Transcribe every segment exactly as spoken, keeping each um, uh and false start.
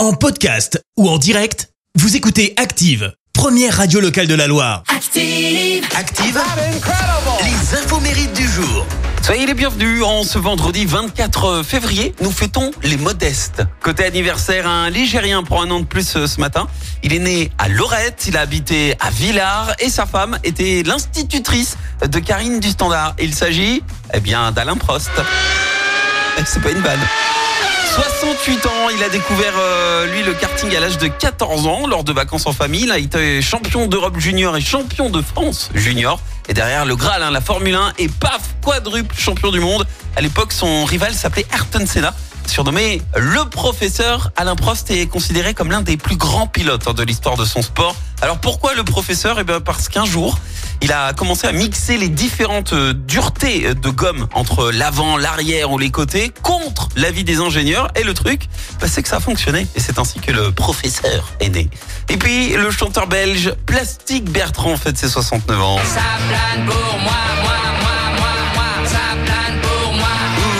En podcast ou en direct, vous écoutez Active, première radio locale de la Loire. Active, Active, les infos mérites du jour. Soyez les bienvenus. En ce vendredi vingt-quatre février, nous fêtons les modestes. Côté anniversaire, un Ligérien prend un an de plus ce matin. Il est né à Lorette, il a habité à Villars et sa femme était l'institutrice de Karine du Standard. Il s'agit, eh bien, d'Alain Prost. C'est pas une vanne. soixante-huit ans, il a découvert euh, lui le karting à l'âge de quatorze ans lors de vacances en famille. Il a été champion d'Europe junior et champion de France junior. Et derrière le Graal, hein, la Formule un et paf, quadruple champion du monde. À l'époque, son rival s'appelait Ayrton Senna. Surnommé le professeur, Alain Prost est considéré comme l'un des plus grands pilotes hein, de l'histoire de son sport. Alors pourquoi le professeur ? Eh bien parce qu'un jour, il a commencé à mixer les différentes duretés de gomme entre l'avant, l'arrière ou les côtés contre l'avis des ingénieurs. Et le truc, bah, c'est que ça a fonctionné. Et c'est ainsi que le professeur est né. Et puis le chanteur belge Plastic Bertrand fête ses soixante-neuf ans. ça plane pour moi, moi, moi, moi, moi, ça plane pour moi.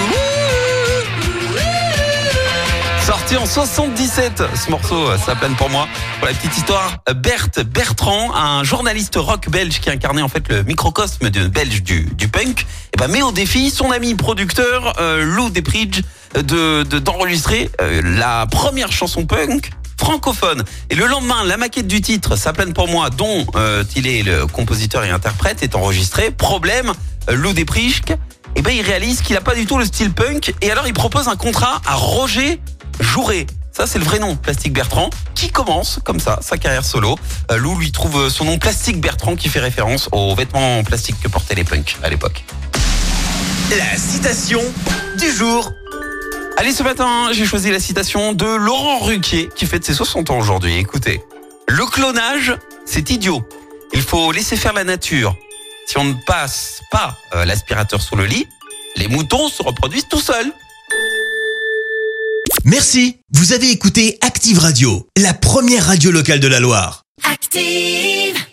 Sorti en soixante-dix-sept, ce morceau, ça plane pour moi. Pour la petite histoire, Berthe Bertrand, un journaliste rock belge qui incarnait en fait le microcosme de belge du, du punk, et ben met au défi son ami producteur euh, Lou Depridge de, de d'enregistrer euh, la première chanson punk francophone. Et le lendemain, la maquette du titre, ça plane pour moi, dont euh, il est le compositeur et interprète, est enregistrée. Problème, euh, Lou Depridge, et ben il réalise qu'il a pas du tout le style punk, et alors il propose un contrat à Roger Jouret. Ça, c'est le vrai nom, Plastic Bertrand, qui commence comme ça sa carrière solo. Euh, Lou lui trouve son nom Plastic Bertrand qui fait référence aux vêtements en plastique que portaient les punks à l'époque. La citation du jour. Allez, ce matin, j'ai choisi la citation de Laurent Ruquier qui fête ses soixante ans aujourd'hui. Écoutez, le clonage, c'est idiot. Il faut laisser faire la nature. Si on ne passe pas euh, l'aspirateur sous le lit, les moutons se reproduisent tout seuls. Merci, vous avez écouté Active Radio, la première radio locale de la Loire. Active.